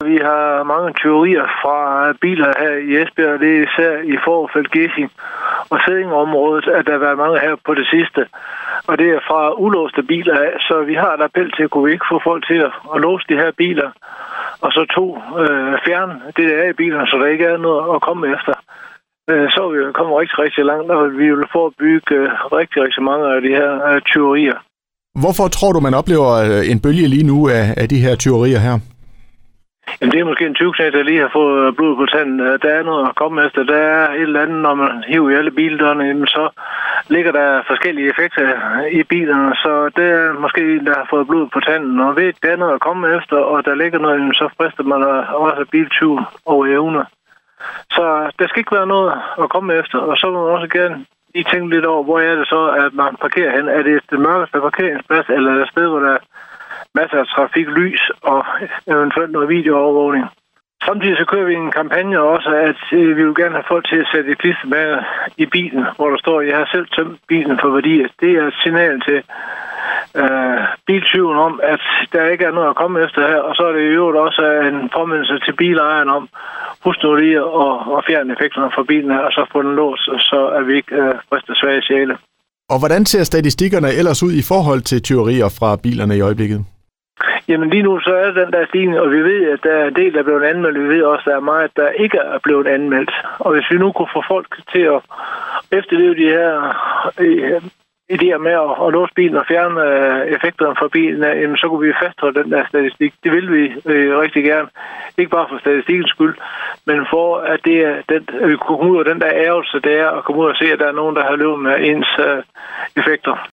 vi har mange tyverier fra biler her i Esbjerg. Det er især i Forfelt, Gissing og Sædingområdet, at der har været mange her på det sidste. Og det er fra ulåste biler af, så vi har et appel til, at kunne vi ikke få folk til at låse de her biler. Og så fjerne det der af i bilerne, så der ikke er noget at komme efter. Så er vi kommet rigtig, rigtig langt, og vi vil forebygge rigtig, rigtig mange af de her tyverier. Hvorfor tror du, man oplever en bølge lige nu af de her tyverier her? Jamen, det er måske en 20-knægt, der lige har fået blod på tanden. Der er noget at komme efter. Der er et eller andet, når man hiver i alle bildørene, så ligger der forskellige effekter i bilerne. Så det er måske en, der har fået blod på tanden. Og ved, der er noget at komme efter, og der ligger noget, så frister man også biltyv over evner. Så der skal ikke være noget at komme efter. Og så må man også gerne lige tænke lidt over, hvor er det så, at man parkerer hen. Er det det mørkeste parkeringsplads, eller er det et sted, hvor der er masser af trafik, lys og eventuelt noget videoovervågning. Samtidig så kører vi en kampagne også, at vi vil gerne have folk til at sætte et klistermærke i bilen, hvor der står, at jeg har selv tømt bilen for værdier. Det er et signal til biltyven om, at der ikke er noget at komme efter her, og så er det i øvrigt også en påmindelse til bilejeren om, husk nu lige at fjerne effekterne fra bilen her, og så få den låst, så er vi ikke fristet svage sjæle. Og hvordan ser statistikkerne ellers ud i forhold til tyverier fra bilerne i øjeblikket? Jamen lige nu så er den der stigning, og vi ved, at der er en del, der er blevet anmeldt. Vi ved også, at der er meget, der ikke er blevet anmeldt. Og hvis vi nu kunne få folk til at efterleve de her idéer med at låse bilen og fjerne effekterne fra bilen, så kunne vi fastholde den der statistik. Det vil vi rigtig gerne. Ikke bare for statistikkens skyld, men for at det er vi kunne komme ud af den der ærgelse, det er at komme ud og se, at der er nogen, der har løbet med ens effekter.